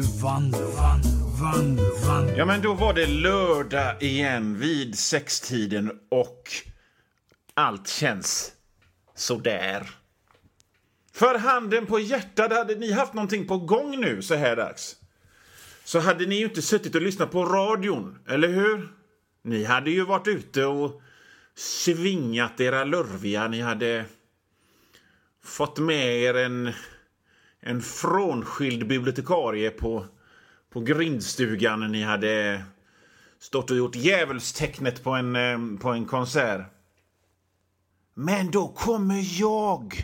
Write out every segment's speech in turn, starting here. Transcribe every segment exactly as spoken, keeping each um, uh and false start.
Vanlo, vanlo, vanlo, vanlo. Ja, men då var det lördag igen vid sextiden och allt känns så där. För handen på hjärtat, hade ni haft någonting på gång nu så här dags, så hade ni ju inte suttit och lyssnat på radion, eller hur? Ni hade ju varit ute och svingat era lurviga. Ni hade fått med er en, en frånskild bibliotekarie på, på grindstugan. Ni hade stått och gjort djävulstecknet på en, på en konsert. Men då kommer jag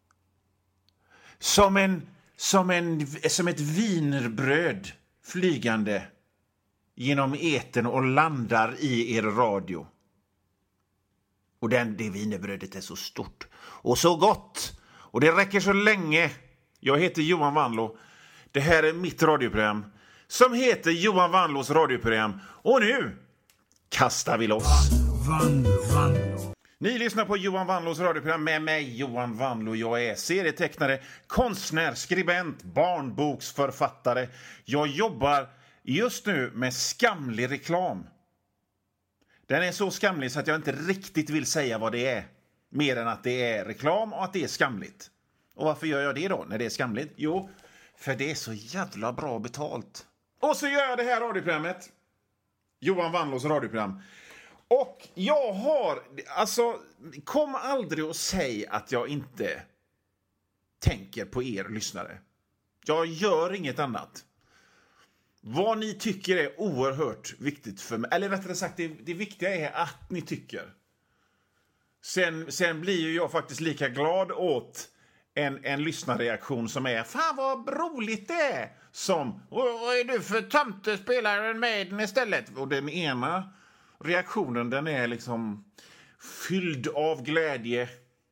som en som en som ett wienerbröd flygande genom etern och landar i er radio. Och den, det wienerbrödet är så stort och så gott. Och det räcker så länge. Jag heter Johan Vanlo. Det här är mitt radioprogram som heter Johan Vanlos radioprogram. Och nu kastar vi loss. Vanlo, vanlo. Ni lyssnar på Johan Vanlos radioprogram med mig, Johan Vanlo. Jag är serietecknare, konstnär, skribent, barnboksförfattare. Jag jobbar just nu med skamlig reklam. Den är så skamlig så att jag inte riktigt vill säga vad det är. Mer än att det är reklam och att det är skamligt. Och varför gör jag det då när det är skamligt? Jo, för det är så jävla bra betalt. Och så gör jag det här radioprogrammet. Johan Vanlos radioprogram. Och jag har, alltså, kom aldrig och säg att jag inte tänker på er lyssnare. Jag gör inget annat. Vad ni tycker är oerhört viktigt för mig. Eller rättare sagt, det, det viktiga är att ni tycker. Sen, sen blir ju jag faktiskt lika glad åt en, en lyssnarreaktion som är fan vad roligt det är. Som, vad är du för tomte, spelar en Maiden istället? Och den ena reaktionen, den är liksom fylld av glädje,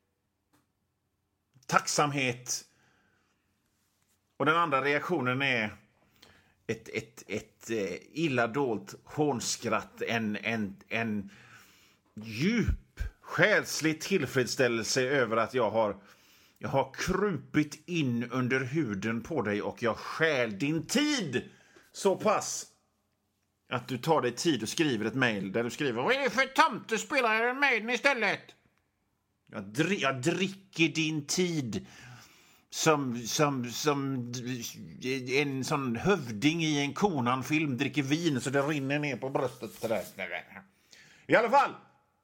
tacksamhet. Och den andra reaktionen är ett, ett, ett eh, illa dolt hånskratt, en, en, en djup själslig tillfredsställelse över att jag har, jag har krupit in under huden på dig och jag stjäl din tid så pass att du tar dig tid och skriver ett mejl där du skriver: vad är det för tomte, spelar jag en Maiden istället? Jag, dri- jag dricker din tid som, som, som en sån hövding i en Conan-film dricker vin så det rinner ner på bröstet. I alla fall,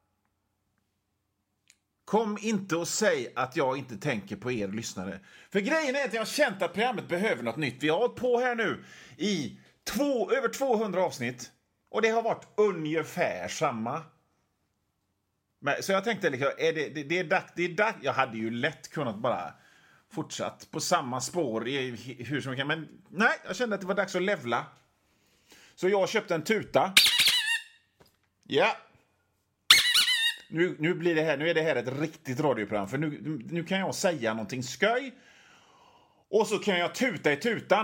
kom inte och säg att jag inte tänker på er lyssnare. För grejen är att jag har känt att programmet behöver något nytt. Vi har hållit på här nu i två, över tvåhundra avsnitt. Och det har varit ungefär samma. Men, så jag tänkte, liksom, är det, det, det är dags, det är dags. Jag hade ju lätt kunnat bara fortsatt på samma spår i, hur som kan. Men nej, jag kände att det var dags att levla. Så jag köpte en tuta. Ja. Nu, nu blir det här, nu är det här ett riktigt radioprogram. För nu, nu kan jag säga någonting skoj. Och så kan jag tuta i tutan.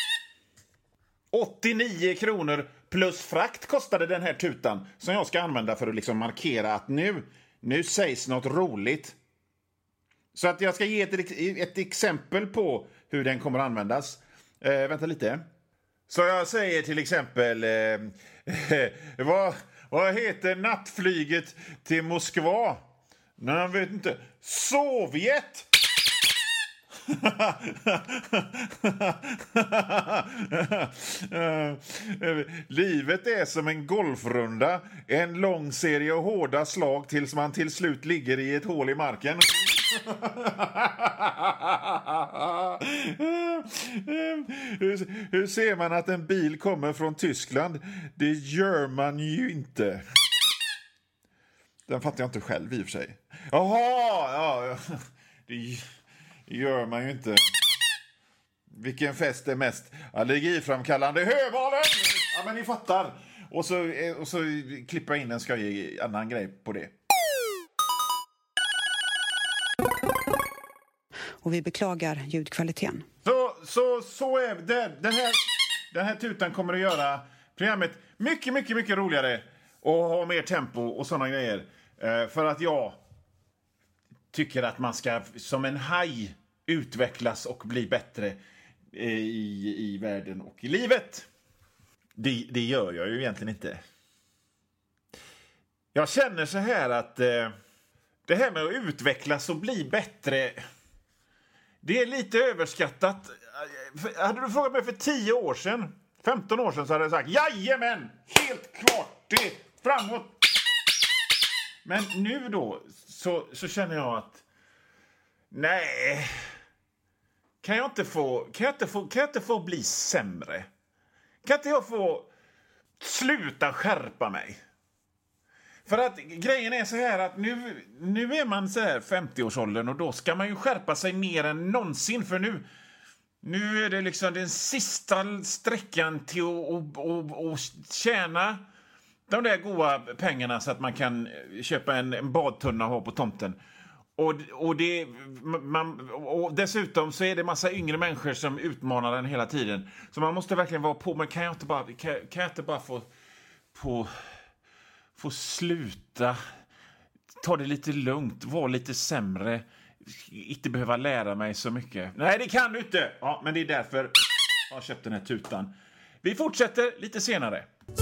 åttionio kronor plus frakt kostade den här tutan. Som jag ska använda för att liksom markera att nu, nu sägs något roligt. Så att jag ska ge ett, ett exempel på hur den kommer att användas. Eh, vänta lite. Så jag säger till exempel... Eh, vad, vad heter nattflyget till Moskva? Nej, jag vet inte. Sovjet! Livet är som en golfrunda. En lång serie hårda slag tills man till slut ligger i ett hål i marken. hur, hur ser man att en bil kommer från Tyskland? Det gör man ju inte. Den fattar jag inte själv i och för sig. Jaha, ja, det gör man ju inte. Vilken fest är mest allergiframkallande? Höbalen! Ja, men ni fattar. Och så, och så klipper jag in en skojig annan grej på det. Och vi beklagar ljudkvaliteten. Så, så, så är det. Den här, den här tutan kommer att göra programmet mycket, mycket, mycket roligare. Och ha mer tempo och sådana grejer. För att jag tycker att man ska som en haj utvecklas och bli bättre. i, i världen och i livet. Det, det gör jag ju egentligen inte. Jag känner så här att eh, det här med att utvecklas och bli bättre, det är lite överskattat. Hade du frågat mig för tio år sedan, femton år sedan, så hade jag sagt jajamän, helt klart, det framåt. Men nu då så, så känner jag att nej, kan jag inte få kan jag inte få kan jag inte få bli sämre? Kan inte jag få sluta skärpa mig? För att grejen är så här att nu, nu är man så här femtio-årsåldern och då ska man ju skärpa sig mer än någonsin. För nu, nu är det liksom den sista sträckan till att, att, att, att tjäna de där goda pengarna så att man kan köpa en, en badtunna och ha på tomten. Och, och, det, man, och dessutom så är det massa yngre människor som utmanar den hela tiden. Så man måste verkligen vara på. Men kan jag inte bara, kan, kan jag inte bara få, få, få sluta, ta det lite lugnt, vara lite sämre, inte behöva lära mig så mycket. Nej, det kan du inte. Ja, men det är därför jag har köpt den här tutan. Vi fortsätter lite senare.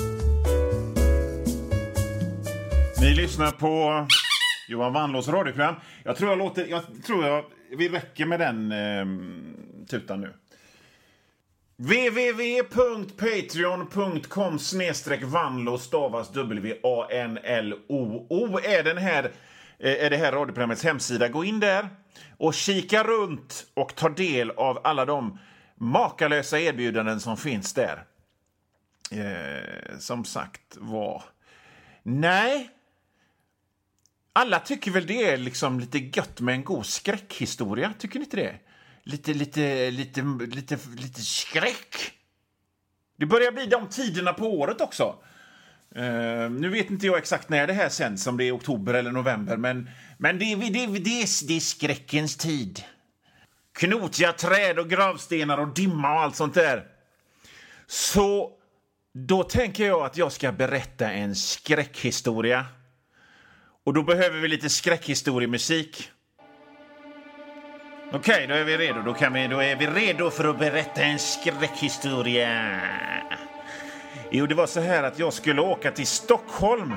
Ni lyssnar på Johan Vanlås radioprogram. Jag tror jag låter, jag tror jag vi räcker med den eh, tutan nu. w w w punkt patreon punkt com snedstreck vanlås stavas W A N L O O är den här eh, är det här radioprogrammets hemsida. Gå in där och kika runt och ta del av alla de makalösa erbjudanden som finns där. Eh, som sagt var nej. Alla tycker väl det är liksom lite gött med en god skräckhistoria, tycker ni inte det? Lite, lite, lite, lite, lite skräck. Det börjar bli de tiderna på året också. Uh, nu vet inte jag exakt när det här sänds, om det är oktober eller november, men, men det, det, det, det, är, det är skräckens tid. Knotiga träd och gravstenar och dimma och allt sånt där. Så då tänker jag att jag ska berätta en skräckhistoria. Och då behöver vi lite skräckhistoriemusik. Okej, okay, då är vi redo. Då, kan vi, då är vi redo för att berätta en skräckhistoria. Jo, det var så här att jag skulle åka till Stockholm.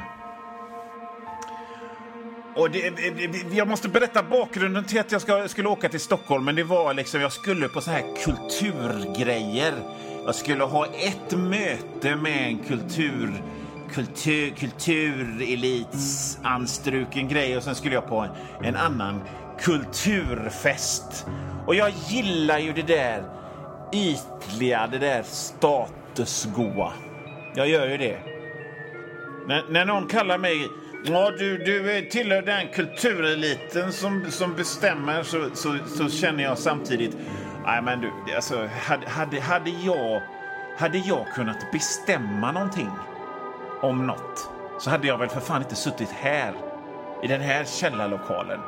Och det, jag måste berätta bakgrunden till att jag ska, skulle åka till Stockholm. Men det var liksom, jag skulle på så här kulturgrejer. Jag skulle ha ett möte med en kultur... Kultur, kulturelits anstruken grej och sen skulle jag på en, en annan kulturfest. Och jag gillar ju det där ytliga, det där statusgoa. Jag gör ju det. När, när någon kallar mig, ja du, du tillhör den kultureliten som, som bestämmer, så, så, så känner jag samtidigt, nej men du, alltså, hade, hade, hade, jag, hade jag kunnat bestämma någonting om något, så hade jag väl för fan inte suttit här i den här källarlokalen.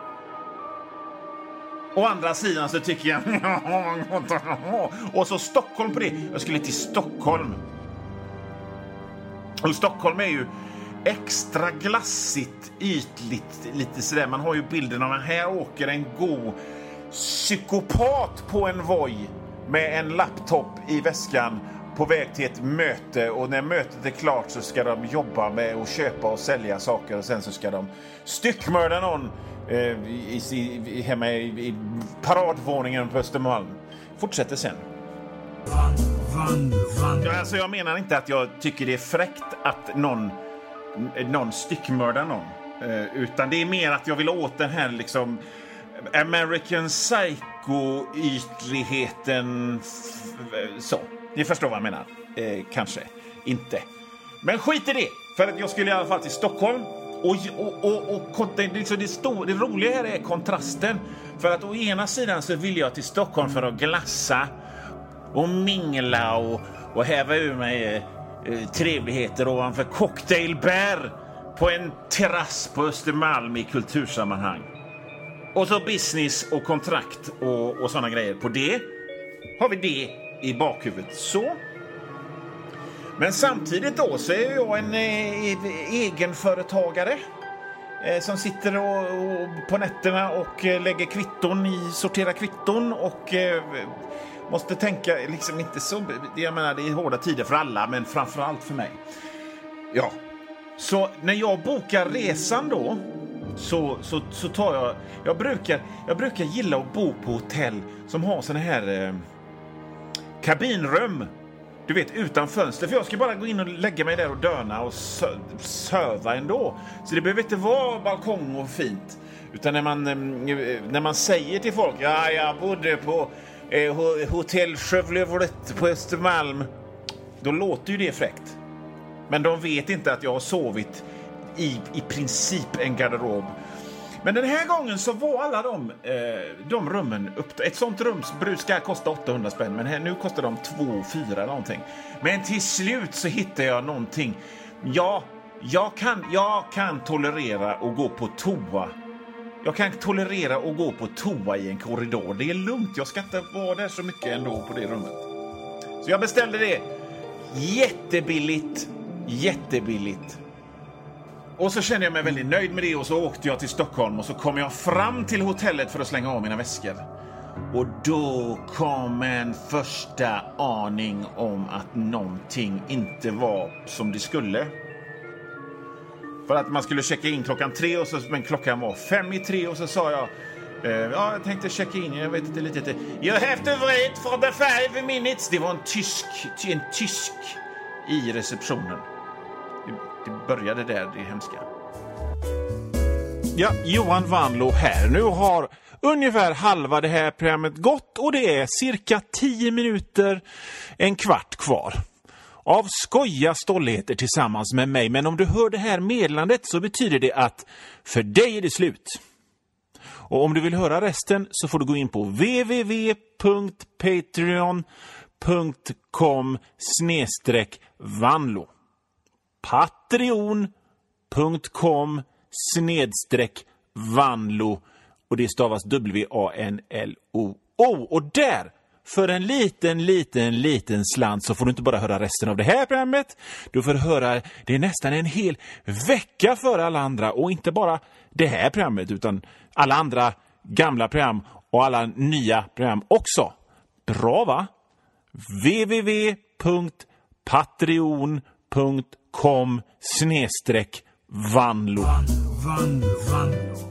Å andra sidan så tycker jag och så Stockholm på det. Jag skulle till Stockholm. Och Stockholm är ju extra glassigt, ytligt, lite sådär. Man har ju bilden av att här åker en god psykopat på en voj med en laptop i väskan på väg till ett möte, och när mötet är klart så ska de jobba med att köpa och sälja saker, och sen så ska de styckmörda någon eh, i, i, hemma i, i paradvåningen på Östermalm. Fortsätter sen. Van, van, van. Ja, alltså jag menar inte att jag tycker det är fräckt att någon, någon styckmördar någon, eh, utan det är mer att jag vill åt den här liksom American Psycho-ytligheten f- så. Ni förstår vad jag menar. Eh, kanske inte. Men skit i det. För att jag skulle i alla fall till Stockholm. Och, och, och, och det, det, det, stor, det roliga här är kontrasten. För att å ena sidan så vill jag till Stockholm för att glassa och mingla och, och häva ur mig eh, trevligheter ovanför cocktailbär på en terrass på Östermalm i kultursammanhang. Och så business och kontrakt och, och sådana grejer. På det har vi det i bakhuvudet. Så. Men samtidigt då så är jag en eh, egenföretagare eh, som sitter och, och på nätterna och eh, lägger kvitton i, sorterar kvitton och eh, måste tänka liksom inte så... Jag menar, det är hårda tider för alla, men framförallt för mig. Ja. Så när jag bokar resan då, så, så, så tar jag... Jag brukar, jag brukar gilla att bo på hotell som har såna här eh, kabinrum. Du vet, utan fönster. För jag ska bara gå in och lägga mig där och döna och sö- söva ändå. Så det behöver inte vara balkong och fint. Utan när man, när man säger till folk, ja, jag bodde på eh, hotell Chevrolet på Östermalm, då låter ju det fräckt. Men de vet inte att jag har sovit i, i princip en garderob. Men den här gången så var alla de, eh, de rummen upp. Ett sånt rum brukar kosta åttahundra spänn, men här, nu kostar de två fyra eller någonting. Men till slut så hittade jag någonting. Ja, jag kan, jag kan tolerera att gå på toa. Jag kan tolerera att gå på toa i en korridor. Det är lugnt, jag ska inte vara där så mycket ändå på det rummet. Så jag beställde det. Jättebilligt, jättebilligt. Och så kände jag mig väldigt nöjd med det och så åkte jag till Stockholm och så kom jag fram till hotellet för att slänga av mina väskor. Och då kom en första aning om att någonting inte var som det skulle. För att man skulle checka in klockan tre, och så, men klockan var fem i tre och så sa jag, eh, ja, jag tänkte checka in, jag vet inte lite. You have to wait for the five minutes. Det var en tysk, en tysk i receptionen. Det, det började där, det hemska. Ja, Johan Vanlo här. Nu har ungefär halva det här programmet gått och det är cirka tio minuter, en kvart kvar. Av skoja stolligheter tillsammans med mig. Men om du hör det här meddelandet så betyder det att för dig är det slut. Och om du vill höra resten så får du gå in på w w w punkt patreon punkt com snedstreck vanlo. patreon punkt com snedstreck vanlo. Och det stavas W A N L O O. Och där, för en liten, liten, liten slant så får du inte bara höra resten av det här programmet. Du får höra det är nästan en hel vecka för alla andra. Och inte bara det här programmet utan alla andra gamla program och alla nya program också. Bra, va? w w w punkt patreon punkt com snedstreck vanlo. Vanlo, vanlo.